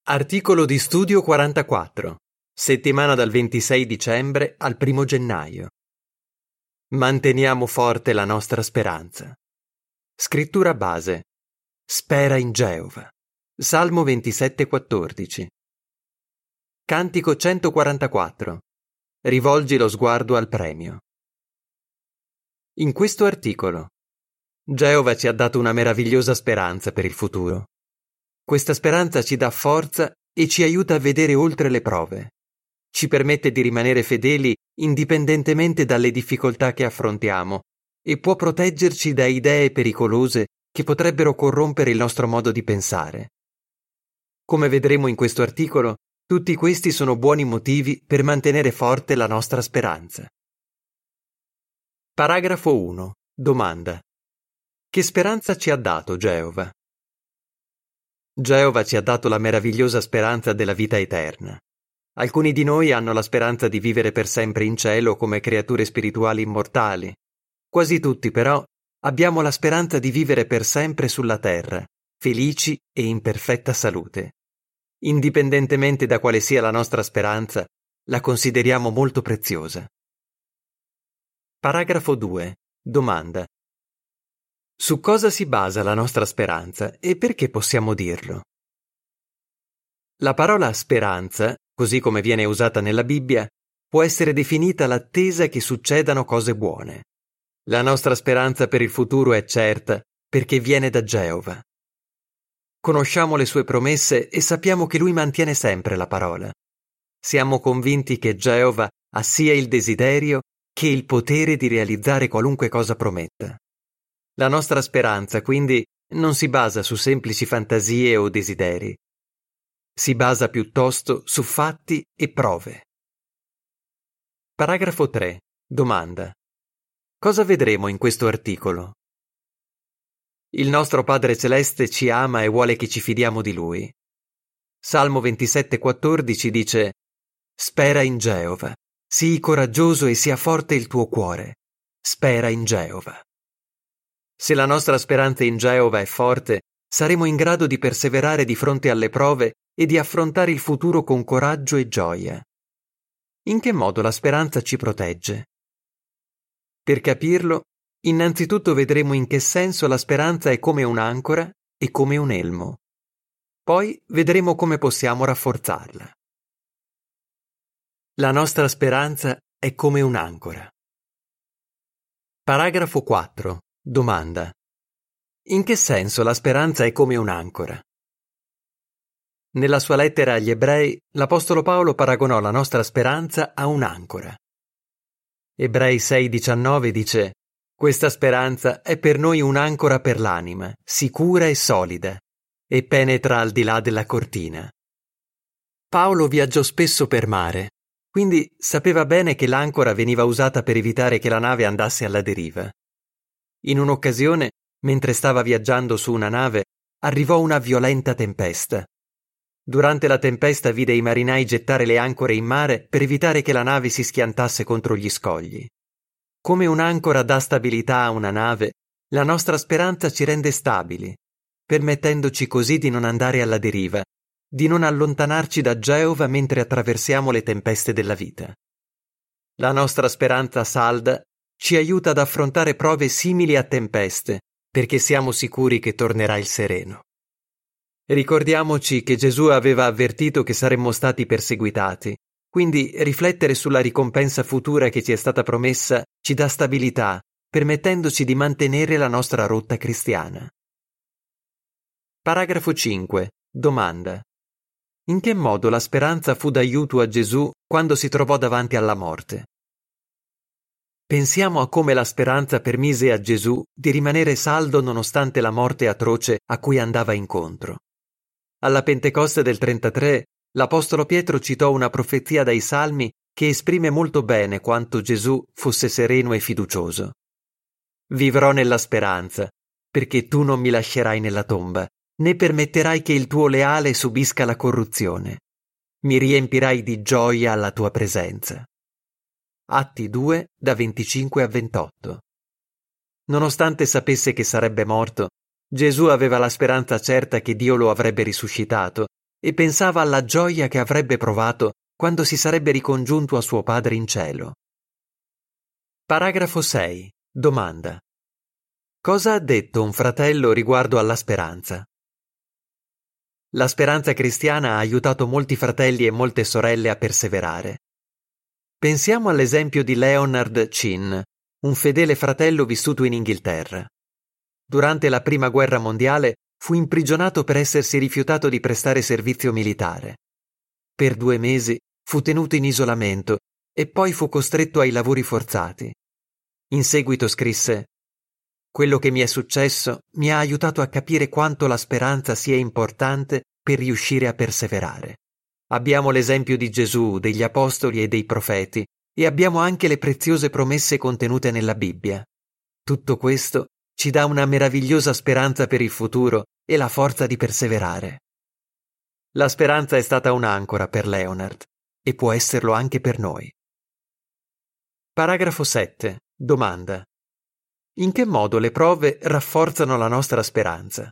Articolo di studio 44, settimana dal 26 dicembre al 1 gennaio. Manteniamo forte la nostra speranza. Scrittura base. Spera in Geova. Salmo 27,14. Cantico 144. Rivolgi lo sguardo al premio. In questo articolo, Geova ci ha dato una meravigliosa speranza per il futuro. Questa speranza ci dà forza e ci aiuta a vedere oltre le prove. Ci permette di rimanere fedeli indipendentemente dalle difficoltà che affrontiamo e può proteggerci da idee pericolose che potrebbero corrompere il nostro modo di pensare. Come vedremo in questo articolo, tutti questi sono buoni motivi per mantenere forte la nostra speranza. Paragrafo 1. Domanda. Che speranza ci ha dato Geova? Geova ci ha dato la meravigliosa speranza della vita eterna. Alcuni di noi hanno la speranza di vivere per sempre in cielo come creature spirituali immortali. Quasi tutti, però, abbiamo la speranza di vivere per sempre sulla terra, felici e in perfetta salute. Indipendentemente da quale sia la nostra speranza, la consideriamo molto preziosa. Paragrafo 2. Domanda. Su cosa si basa la nostra speranza e perché possiamo dirlo? La parola speranza, così come viene usata nella Bibbia, può essere definita l'attesa che succedano cose buone. La nostra speranza per il futuro è certa perché viene da Geova. Conosciamo le sue promesse e sappiamo che Lui mantiene sempre la parola. Siamo convinti che Geova ha sia il desiderio che il potere di realizzare qualunque cosa prometta. La nostra speranza, quindi, non si basa su semplici fantasie o desideri. Si basa piuttosto su fatti e prove. Paragrafo 3. Domanda. Cosa vedremo in questo articolo? Il nostro Padre Celeste ci ama e vuole che ci fidiamo di Lui. Salmo 27,14 dice: Spera in Geova, sii coraggioso e sia forte il tuo cuore. Spera in Geova. Se la nostra speranza in Geova è forte, saremo in grado di perseverare di fronte alle prove e di affrontare il futuro con coraggio e gioia. In che modo la speranza ci protegge? Per capirlo, innanzitutto vedremo in che senso la speranza è come un'ancora e come un elmo. Poi vedremo come possiamo rafforzarla. La nostra speranza è come un'ancora. Paragrafo 4. Domanda. In che senso la speranza è come un'ancora? Nella sua lettera agli Ebrei, l'Apostolo Paolo paragonò la nostra speranza a un'ancora. Ebrei 6,19 dice: Questa speranza è per noi un'ancora per l'anima, sicura e solida, e penetra al di là della cortina. Paolo viaggiò spesso per mare, quindi sapeva bene che l'ancora veniva usata per evitare che la nave andasse alla deriva. In un'occasione, mentre stava viaggiando su una nave, arrivò una violenta tempesta. Durante la tempesta vide i marinai gettare le ancore in mare per evitare che la nave si schiantasse contro gli scogli. Come un'ancora dà stabilità a una nave, la nostra speranza ci rende stabili, permettendoci così di non andare alla deriva, di non allontanarci da Geova mentre attraversiamo le tempeste della vita. La nostra speranza salda ci aiuta ad affrontare prove simili a tempeste, perché siamo sicuri che tornerà il sereno. Ricordiamoci che Gesù aveva avvertito che saremmo stati perseguitati, quindi riflettere sulla ricompensa futura che ci è stata promessa ci dà stabilità, permettendoci di mantenere la nostra rotta cristiana. Paragrafo 5. Domanda. In che modo la speranza fu d'aiuto a Gesù quando si trovò davanti alla morte? Pensiamo a come la speranza permise a Gesù di rimanere saldo nonostante la morte atroce a cui andava incontro. Alla Pentecoste del 33, l'Apostolo Pietro citò una profezia dai Salmi che esprime molto bene quanto Gesù fosse sereno e fiducioso. Vivrò nella speranza, perché tu non mi lascerai nella tomba, né permetterai che il tuo leale subisca la corruzione. Mi riempirai di gioia alla tua presenza. Atti 2, da 25 a 28. Nonostante sapesse che sarebbe morto, Gesù aveva la speranza certa che Dio lo avrebbe risuscitato e pensava alla gioia che avrebbe provato quando si sarebbe ricongiunto a suo padre in cielo. Paragrafo 6. Domanda. Cosa ha detto un fratello riguardo alla speranza? La speranza cristiana ha aiutato molti fratelli e molte sorelle a perseverare. Pensiamo all'esempio di Leonard Chin, un fedele fratello vissuto in Inghilterra. Durante la Prima Guerra Mondiale fu imprigionato per essersi rifiutato di prestare servizio militare. Per 2 mesi fu tenuto in isolamento e poi fu costretto ai lavori forzati. In seguito scrisse: «Quello che mi è successo mi ha aiutato a capire quanto la speranza sia importante per riuscire a perseverare. Abbiamo l'esempio di Gesù, degli apostoli e dei profeti, e abbiamo anche le preziose promesse contenute nella Bibbia. Tutto questo ci dà una meravigliosa speranza per il futuro e la forza di perseverare». La speranza è stata un'ancora per Leonard e può esserlo anche per noi. Paragrafo 7. Domanda. In che modo le prove rafforzano la nostra speranza?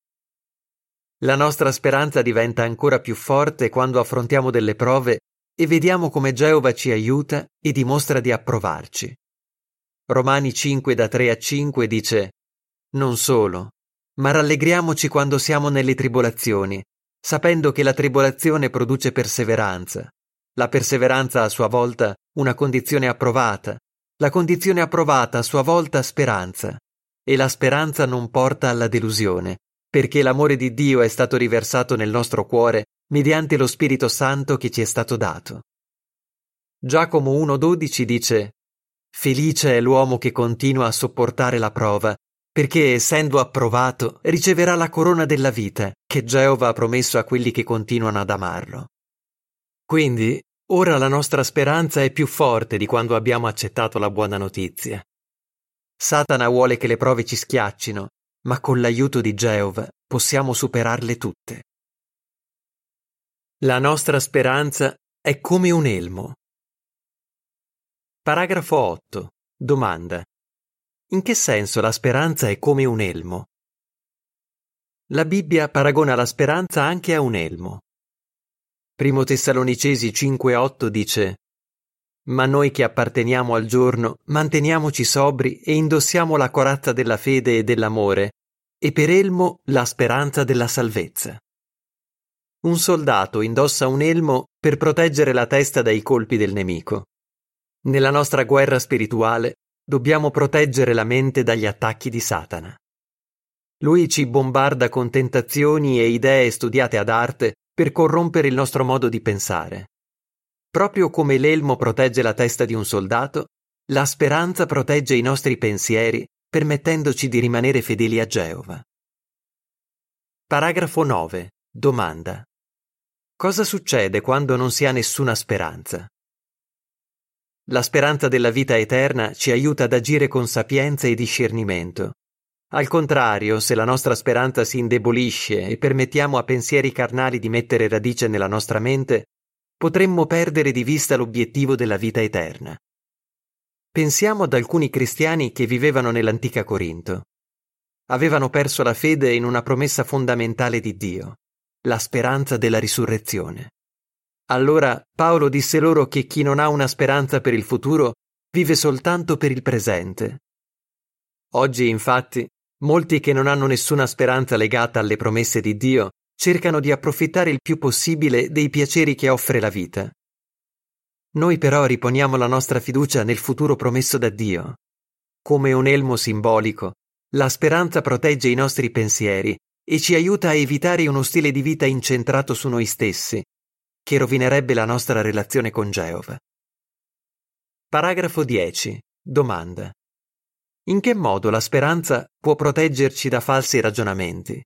La nostra speranza diventa ancora più forte quando affrontiamo delle prove e vediamo come Geova ci aiuta e dimostra di approvarci. Romani 5 da 3 a 5 dice: «Non solo, ma rallegriamoci quando siamo nelle tribolazioni, sapendo che la tribolazione produce perseveranza. La perseveranza a sua volta una condizione approvata, la condizione approvata a sua volta speranza, e la speranza non porta alla delusione, perché l'amore di Dio è stato riversato nel nostro cuore mediante lo Spirito Santo che ci è stato dato». Giacomo 1,12 dice: «Felice è l'uomo che continua a sopportare la prova, perché essendo approvato riceverà la corona della vita che Geova ha promesso a quelli che continuano ad amarlo». Quindi, ora la nostra speranza è più forte di quando abbiamo accettato la buona notizia. Satana vuole che le prove ci schiaccino, ma con l'aiuto di Geova possiamo superarle tutte. La nostra speranza è come un elmo. Paragrafo 8. Domanda. In che senso la speranza è come un elmo? La Bibbia paragona la speranza anche a un elmo. Primo Tessalonicesi 5,8 dice: «Ma noi che apparteniamo al giorno manteniamoci sobri e indossiamo la corazza della fede e dell'amore, e per elmo la speranza della salvezza». Un soldato indossa un elmo per proteggere la testa dai colpi del nemico. Nella nostra guerra spirituale dobbiamo proteggere la mente dagli attacchi di Satana. Lui ci bombarda con tentazioni e idee studiate ad arte per corrompere il nostro modo di pensare. Proprio come l'elmo protegge la testa di un soldato, la speranza protegge i nostri pensieri, permettendoci di rimanere fedeli a Geova. Paragrafo 9. Domanda. Cosa succede quando non si ha nessuna speranza? La speranza della vita eterna ci aiuta ad agire con sapienza e discernimento. Al contrario, se la nostra speranza si indebolisce e permettiamo a pensieri carnali di mettere radice nella nostra mente, potremmo perdere di vista l'obiettivo della vita eterna. Pensiamo ad alcuni cristiani che vivevano nell'antica Corinto. Avevano perso la fede in una promessa fondamentale di Dio, la speranza della risurrezione. Allora Paolo disse loro che chi non ha una speranza per il futuro vive soltanto per il presente. Oggi, infatti, molti che non hanno nessuna speranza legata alle promesse di Dio cercano di approfittare il più possibile dei piaceri che offre la vita. Noi però riponiamo la nostra fiducia nel futuro promesso da Dio. Come un elmo simbolico, la speranza protegge i nostri pensieri e ci aiuta a evitare uno stile di vita incentrato su noi stessi, che rovinerebbe la nostra relazione con Geova. Paragrafo 10. Domanda. In che modo la speranza può proteggerci da falsi ragionamenti?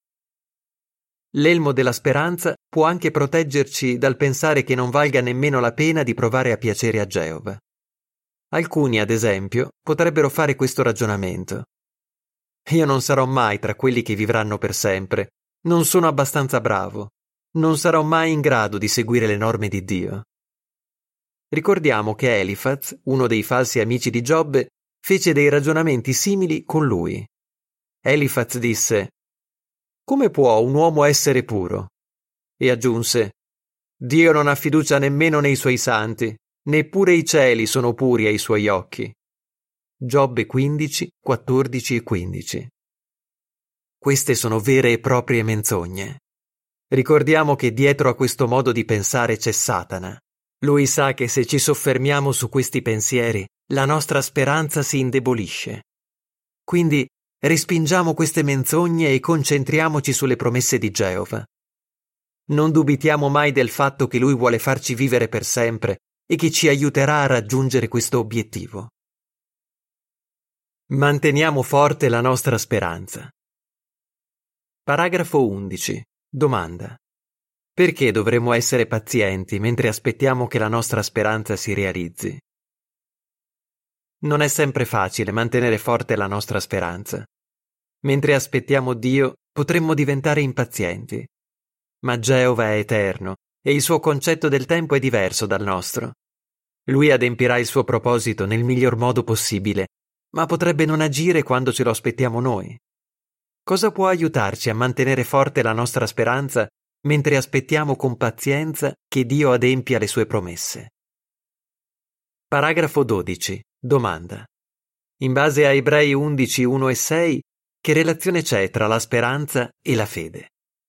L'elmo della speranza può anche proteggerci dal pensare che non valga nemmeno la pena di provare a piacere a Geova. Alcuni, ad esempio, potrebbero fare questo ragionamento: «Io non sarò mai tra quelli che vivranno per sempre, non sono abbastanza bravo, non sarò mai in grado di seguire le norme di Dio». Ricordiamo che Elifaz, uno dei falsi amici di Giobbe, fece dei ragionamenti simili con lui. Elifaz disse: «Come può un uomo essere puro? E aggiunse: Dio non ha fiducia nemmeno nei suoi santi, neppure i cieli sono puri ai suoi occhi. Giobbe 15, 14 e 15. Queste sono vere e proprie menzogne. Ricordiamo che dietro a questo modo di pensare c'è Satana. Lui sa che se ci soffermiamo su questi pensieri, la nostra speranza si indebolisce. Quindi respingiamo queste menzogne e concentriamoci sulle promesse di Geova. Non dubitiamo mai del fatto che Lui vuole farci vivere per sempre e che ci aiuterà a raggiungere questo obiettivo. Manteniamo forte la nostra speranza. Paragrafo 11. Domanda. Perché dovremmo essere pazienti mentre aspettiamo che la nostra speranza si realizzi? Non è sempre facile mantenere forte la nostra speranza. Mentre aspettiamo Dio, potremmo diventare impazienti. Ma Geova è eterno e il suo concetto del tempo è diverso dal nostro. Lui adempirà il suo proposito nel miglior modo possibile, ma potrebbe non agire quando ce lo aspettiamo noi. Cosa può aiutarci a mantenere forte la nostra speranza mentre aspettiamo con pazienza che Dio adempia le sue promesse? Paragrafo 12. Domanda. In base a Ebrei 11, 1 e 6, che relazione c'è tra la speranza e la fede?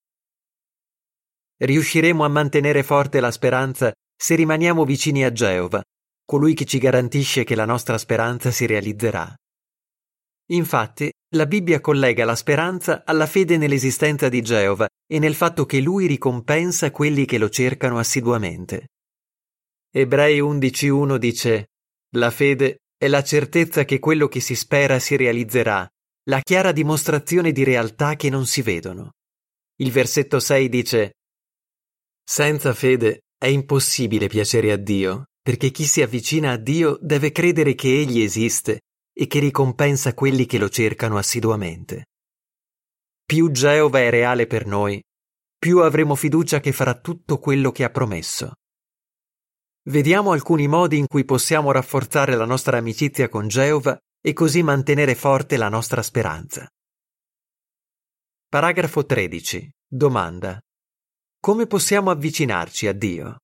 Riusciremo a mantenere forte la speranza se rimaniamo vicini a Geova, colui che ci garantisce che la nostra speranza si realizzerà. Infatti, la Bibbia collega la speranza alla fede nell'esistenza di Geova e nel fatto che Lui ricompensa quelli che lo cercano assiduamente. Ebrei 11.1 dice: La fede è la certezza che quello che si spera si realizzerà, la chiara dimostrazione di realtà che non si vedono. Il versetto 6 dice: Senza fede è impossibile piacere a Dio, perché chi si avvicina a Dio deve credere che Egli esiste e che ricompensa quelli che lo cercano assiduamente. Più Geova è reale per noi, più avremo fiducia che farà tutto quello che ha promesso. Vediamo alcuni modi in cui possiamo rafforzare la nostra amicizia con Geova e così mantenere forte la nostra speranza. Paragrafo 13. Domanda. Come possiamo avvicinarci a Dio?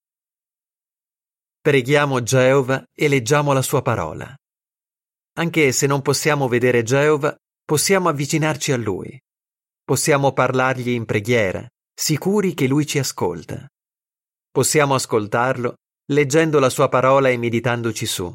Preghiamo Geova e leggiamo la sua parola. Anche se non possiamo vedere Geova, possiamo avvicinarci a Lui. Possiamo parlargli in preghiera, sicuri che Lui ci ascolta. Possiamo ascoltarlo leggendo la sua parola e meditandoci su.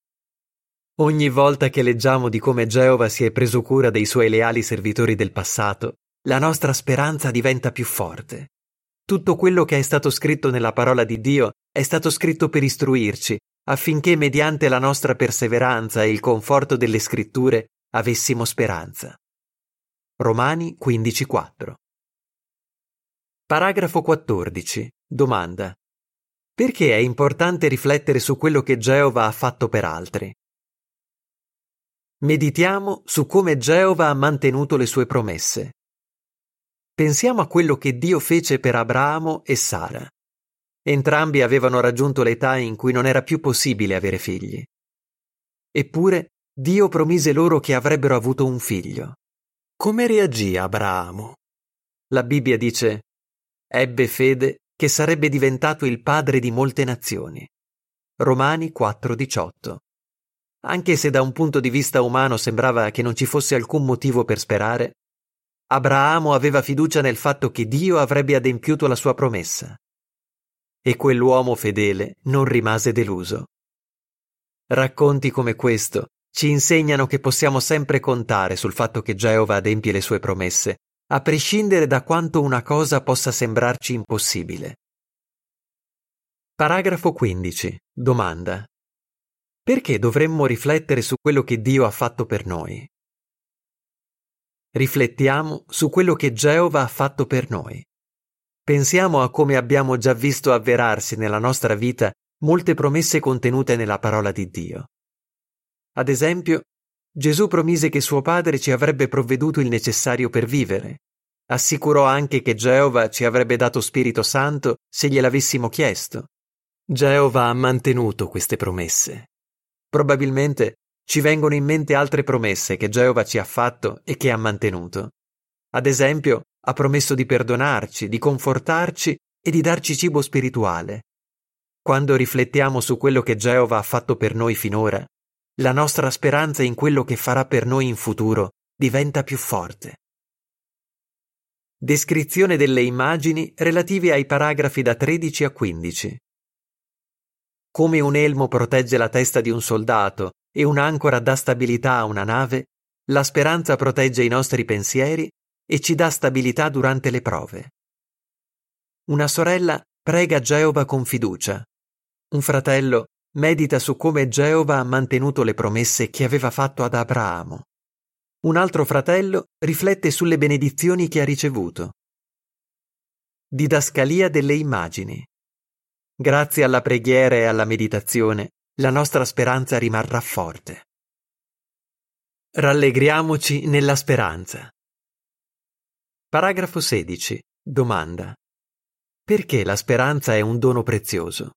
Ogni volta che leggiamo di come Geova si è preso cura dei suoi leali servitori del passato, la nostra speranza diventa più forte. Tutto quello che è stato scritto nella parola di Dio è stato scritto per istruirci, affinché mediante la nostra perseveranza e il conforto delle scritture avessimo speranza. Romani 15,4. Paragrafo 14. Domanda. Perché è importante riflettere su quello che Geova ha fatto per altri? Meditiamo su come Geova ha mantenuto le sue promesse. Pensiamo a quello che Dio fece per Abramo e Sara. Entrambi avevano raggiunto l'età in cui non era più possibile avere figli. Eppure Dio promise loro che avrebbero avuto un figlio. Come reagì Abramo? La Bibbia dice: ebbe fede che sarebbe diventato il padre di molte nazioni. Romani 4,18. Anche se da un punto di vista umano sembrava che non ci fosse alcun motivo per sperare, Abramo aveva fiducia nel fatto che Dio avrebbe adempiuto la sua promessa. E quell'uomo fedele non rimase deluso. Racconti come questo ci insegnano che possiamo sempre contare sul fatto che Geova adempie le sue promesse, a prescindere da quanto una cosa possa sembrarci impossibile. Paragrafo 15. Domanda. Perché dovremmo riflettere su quello che Dio ha fatto per noi? Riflettiamo su quello che Geova ha fatto per noi. Pensiamo a come abbiamo già visto avverarsi nella nostra vita molte promesse contenute nella parola di Dio. Ad esempio, Gesù promise che suo Padre ci avrebbe provveduto il necessario per vivere. Assicurò anche che Geova ci avrebbe dato Spirito Santo se gliel'avessimo chiesto. Geova ha mantenuto queste promesse. Probabilmente ci vengono in mente altre promesse che Geova ci ha fatto e che ha mantenuto. Ad esempio, ha promesso di perdonarci, di confortarci e di darci cibo spirituale. Quando riflettiamo su quello che Geova ha fatto per noi finora, la nostra speranza in quello che farà per noi in futuro diventa più forte. Descrizione delle immagini relative ai paragrafi da 13 a 15. Come un elmo protegge la testa di un soldato e un'ancora dà stabilità a una nave, la speranza protegge i nostri pensieri e ci dà stabilità durante le prove. Una sorella prega Geova con fiducia. Un fratello medita su come Geova ha mantenuto le promesse che aveva fatto ad Abramo. Un altro fratello riflette sulle benedizioni che ha ricevuto. Didascalia delle immagini. Grazie alla preghiera e alla meditazione, la nostra speranza rimarrà forte. Rallegriamoci nella speranza. Paragrafo 16. Domanda. Perché la speranza è un dono prezioso?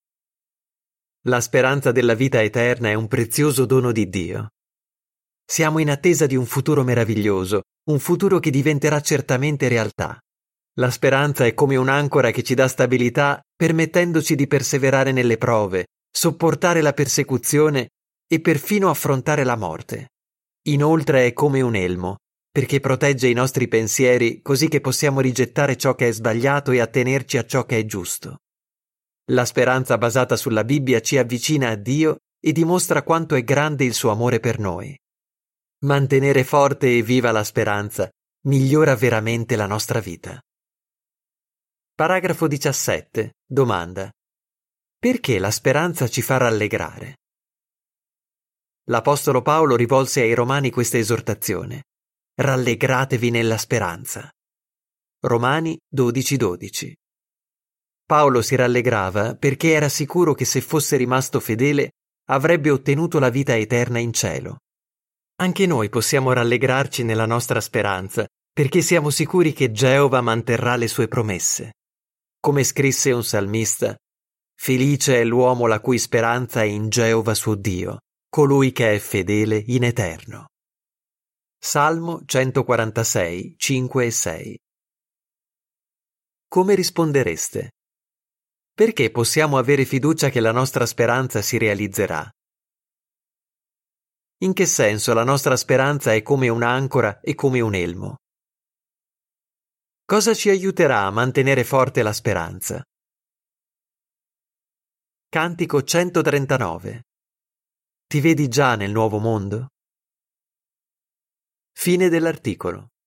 La speranza della vita eterna è un prezioso dono di Dio. Siamo in attesa di un futuro meraviglioso, un futuro che diventerà certamente realtà. La speranza è come un'ancora che ci dà stabilità, permettendoci di perseverare nelle prove, sopportare la persecuzione e perfino affrontare la morte. Inoltre è come un elmo, perché protegge i nostri pensieri così che possiamo rigettare ciò che è sbagliato e attenerci a ciò che è giusto. La speranza basata sulla Bibbia ci avvicina a Dio e dimostra quanto è grande il suo amore per noi. Mantenere forte e viva la speranza migliora veramente la nostra vita. Paragrafo 17. Domanda. Perché la speranza ci fa rallegrare? L'Apostolo Paolo rivolse ai Romani questa esortazione: rallegratevi nella speranza. Romani 12:12. Paolo si rallegrava perché era sicuro che se fosse rimasto fedele avrebbe ottenuto la vita eterna in cielo. Anche noi possiamo rallegrarci nella nostra speranza perché siamo sicuri che Geova manterrà le sue promesse. Come scrisse un salmista: felice è l'uomo la cui speranza è in Geova suo Dio, colui che è fedele in eterno. Salmo 146, 5 e 6. Come rispondereste? Perché possiamo avere fiducia che la nostra speranza si realizzerà? In che senso la nostra speranza è come un'ancora e come un elmo? Cosa ci aiuterà a mantenere forte la speranza? Cantico 139. Ti vedi già nel nuovo mondo? Fine dell'articolo.